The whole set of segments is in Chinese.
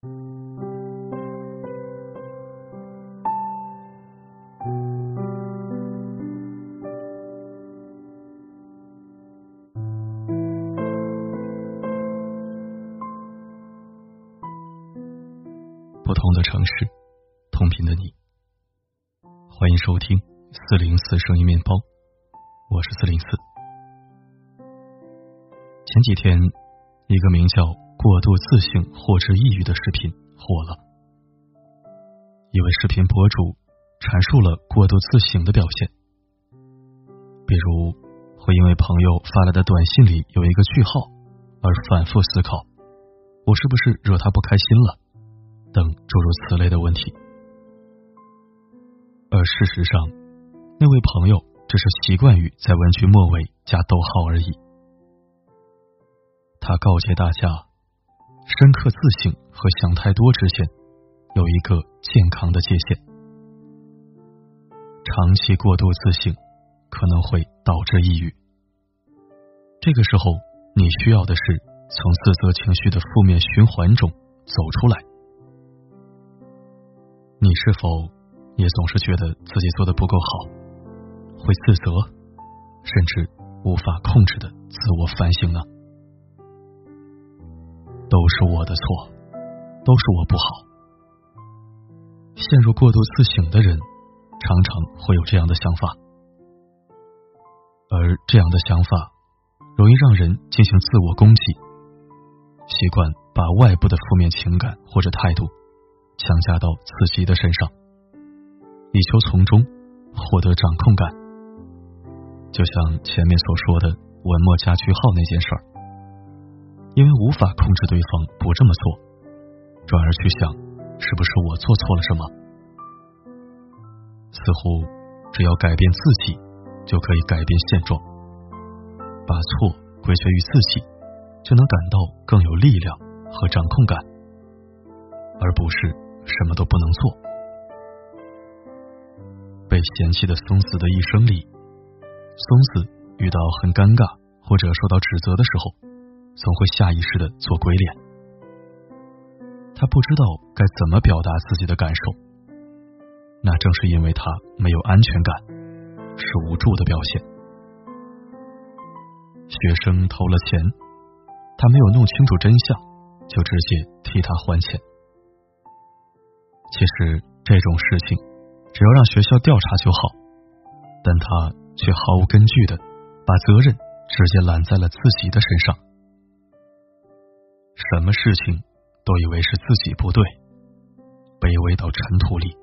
不同的城市，同频的你，欢迎收听404声音面包，我是404。前几天，一个名叫过度自信或者抑郁的视频火了。一位视频博主阐述了过度自省的表现，比如会因为朋友发来的短信里有一个句号而反复思考，我是不是惹他不开心了等诸如此类的问题。而事实上，那位朋友只是习惯于在文句末尾加逗号而已。他告诫大家，深刻自省和想太多之间有一个健康的界限。长期过度自省可能会导致抑郁。这个时候，你需要的是从自责情绪的负面循环中走出来。你是否也总是觉得自己做得不够好，会自责，甚至无法控制的自我反省呢？都是我的错，都是我不好。陷入过度自省的人常常会有这样的想法，而这样的想法容易让人进行自我攻击，习惯把外部的负面情感或者态度强加到自己的身上，以求从中获得掌控感。就像前面所说的文末加句号那件事儿，因为无法控制对方不这么做，转而去想是不是我做错了什么。似乎只要改变自己就可以改变现状，把错归结于自己，就能感到更有力量和掌控感，而不是什么都不能做。被嫌弃的松子的一生里，松子遇到很尴尬或者受到指责的时候，总会下意识地做鬼脸。他不知道该怎么表达自己的感受，那正是因为他没有安全感，是无助的表现。学生偷了钱，他没有弄清楚真相，就直接替他还钱。其实这种事情只要让学校调查就好，但他却毫无根据的把责任直接揽在了自己的身上。什么事情都以为是自己不对，卑微到尘土里。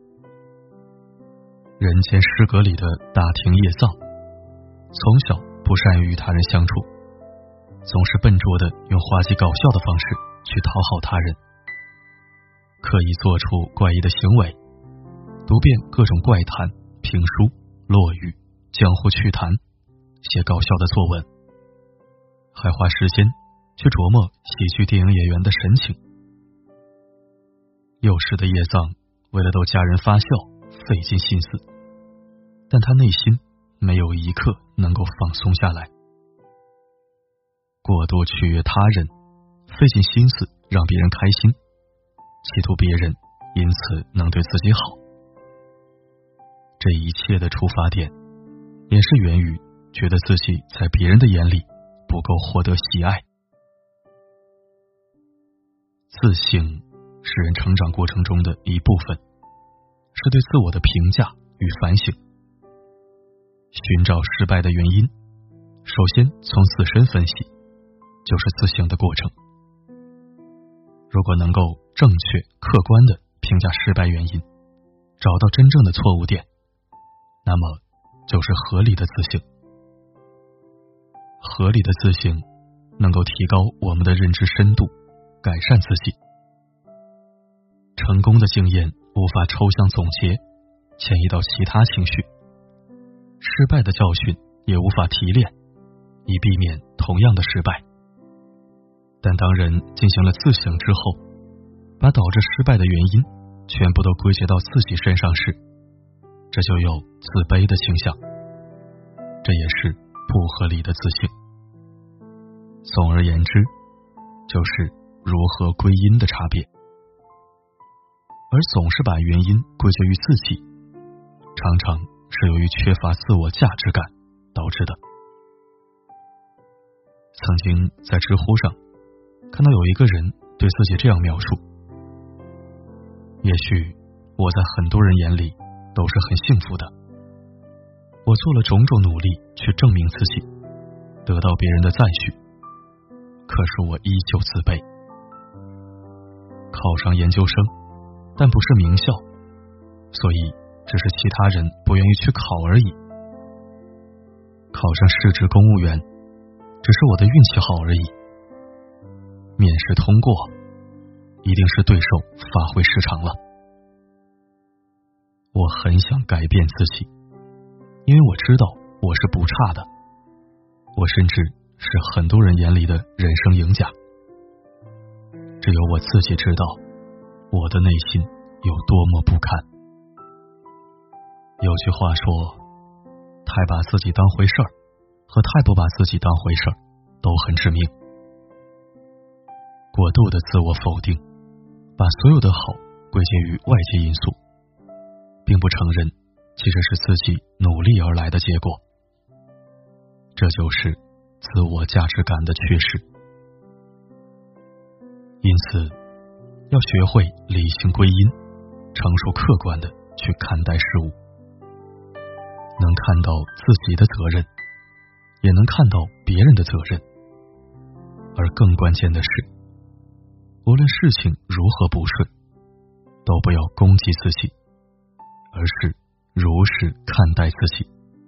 人间失格里的大庭叶藏，从小不善于与他人相处，总是笨拙的用滑稽搞笑的方式去讨好他人，刻意做出怪异的行为，读遍各种怪谈、评书、落语、江湖趣谈，写搞笑的作文，还花时间去琢磨喜剧电影演员的神情。幼时的叶藏为了逗家人发笑费尽心思，但他内心没有一刻能够放松下来。过度取悦他人，费尽心思让别人开心，企图别人因此能对自己好。这一切的出发点也是源于觉得自己在别人的眼里不够获得喜爱。自省是人成长过程中的一部分，是对自我的评价与反省。寻找失败的原因，首先从自身分析，就是自省的过程。如果能够正确客观地评价失败原因，找到真正的错误点，那么就是合理的自省。合理的自省能够提高我们的认知深度，改善自己。成功的经验无法抽象总结，迁移到其他情绪，失败的教训也无法提炼，以避免同样的失败。但当人进行了自省之后，把导致失败的原因全部都归结到自己身上时，这就有自卑的倾向，这也是不合理的自省。总而言之，就是如何归因的差别。 而总是把原因归结于自己，常常是由于缺乏自我价值感导致的。曾经在知乎上看到有一个人对自己这样描述：也许我在很多人眼里都是很幸福的，我做了种种努力去证明自己，得到别人的赞许，可是我依旧自卑。考上研究生，但不是名校，所以只是其他人不愿意去考而已。考上市职公务员，只是我的运气好而已。面试通过，一定是对手发挥失常了。我很想改变自己，因为我知道我是不差的，我甚至是很多人眼里的人生赢家。只有我自己知道我的内心有多么不堪。有句话说，太把自己当回事儿和太不把自己当回事儿都很致命。过度的自我否定，把所有的好归结于外界因素，并不承认其实是自己努力而来的结果。这就是自我价值感的缺失。因此，要学会理性归因，成熟客观的去看待事物，能看到自己的责任，也能看到别人的责任。而更关键的是，无论事情如何不顺，都不要攻击自己，而是如实看待自己。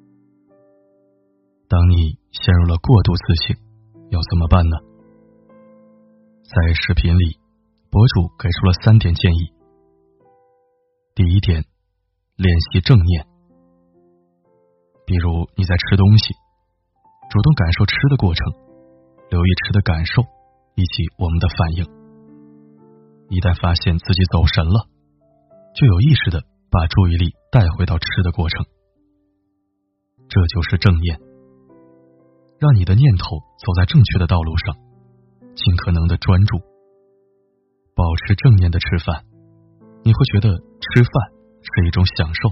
当你陷入了过度自信，要怎么办呢？在视频里，博主给出了3点建议。第一点，练习正念。比如你在吃东西，主动感受吃的过程，留意吃的感受以及我们的反应。一旦发现自己走神了，就有意识的把注意力带回到吃的过程。这就是正念，让你的念头走在正确的道路上，尽可能的专注。保持正念的吃饭，你会觉得吃饭是一种享受。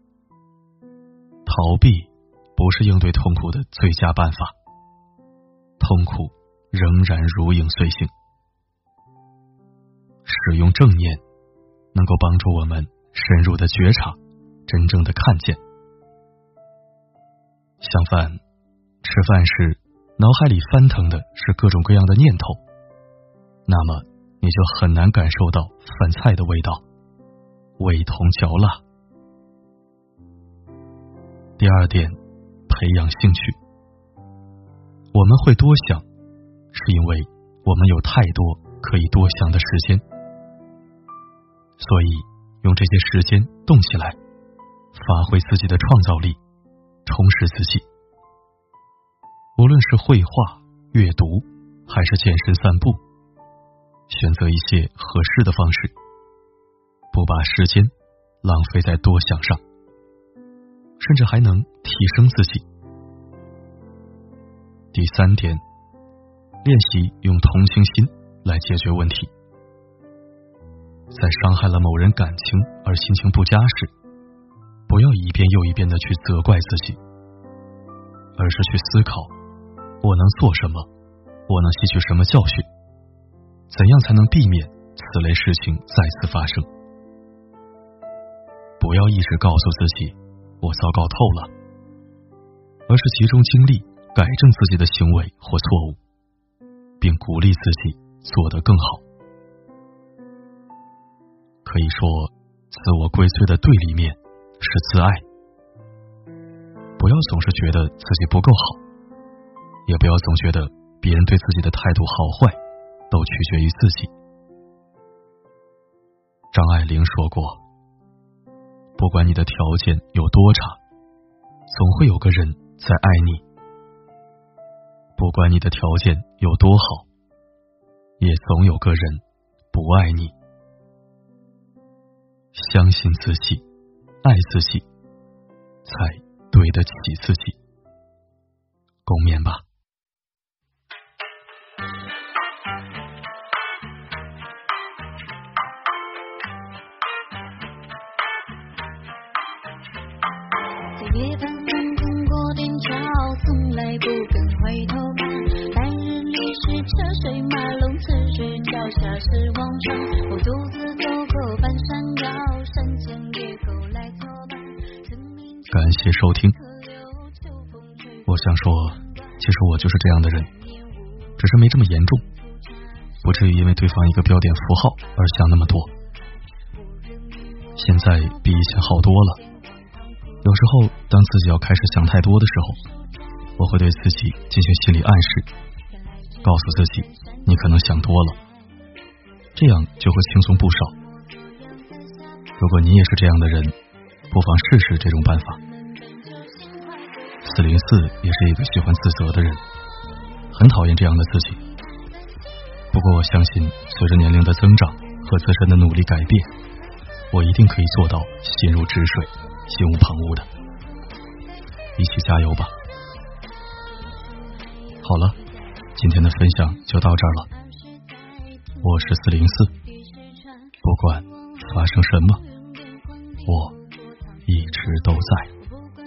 逃避不是应对痛苦的最佳办法，痛苦仍然如影随形。使用正念能够帮助我们深入的觉察，真正的看见。相反，吃饭时脑海里翻腾的是各种各样的念头，那么你就很难感受到饭菜的味道，味同嚼蜡。第二点，培养兴趣。我们会多想，是因为我们有太多可以多想的时间，所以用这些时间动起来，发挥自己的创造力，充实自己。无论是绘画、阅读，还是健身散步，选择一些合适的方式，不把时间浪费在多想上，甚至还能提升自己。第3点，练习用同情心来解决问题。在伤害了某人感情而心情不佳时，不要一遍又一遍的去责怪自己，而是去思考，我能做什么，我能吸取什么教训，怎样才能避免此类事情再次发生。不要一直告诉自己我糟糕透了，而是集中精力改正自己的行为或错误，并鼓励自己做得更好。可以说，自我归罪的对立面是自爱。不要总是觉得自己不够好，也不要总觉得别人对自己的态度好坏都取决于自己。张爱玲说过，不管你的条件有多差，总会有个人在爱你；不管你的条件有多好，也总有个人不爱你。相信自己，爱自己，才对得起自己。共勉吧。 别把风风过天桥，从来不肯回头看。白日里是车水马龙，此时脚下是往常。我独自走过半山腰，山间野狗来作伴。 感谢收听。我想说，其实我就是这样的人，只是没这么严重，不至于因为对方一个标点符号而想那么多。现在比以前好多了。有时候当自己要开始想太多的时候，我会对自己进行心理暗示，告诉自己你可能想多了，这样就会轻松不少。如果你也是这样的人，不妨试试这种办法。404也是一个喜欢自责的人，很讨厌这样的自己。不过我相信随着年龄的增长和自身的努力改变，我一定可以做到心如止水，心无旁骛的。一起加油吧。好了，今天的分享就到这儿了。我是404，不管发生什么，我一直都在。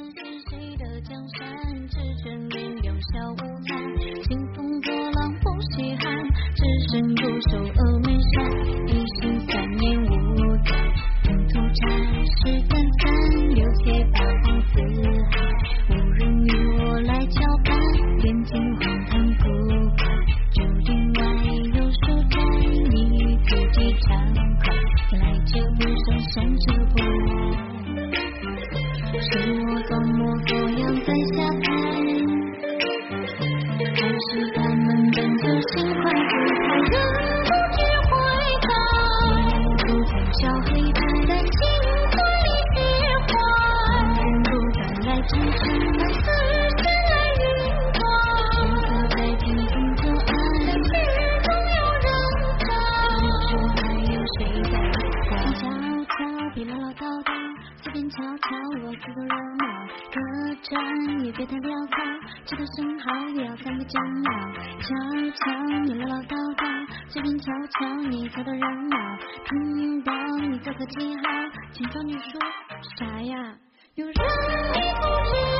也别太潦草，知道信号也要3个煎熬。悄悄你唠唠叨叨，随便瞧瞧你猜到热闹。听到你做个记号，请找你说啥呀？有人你不知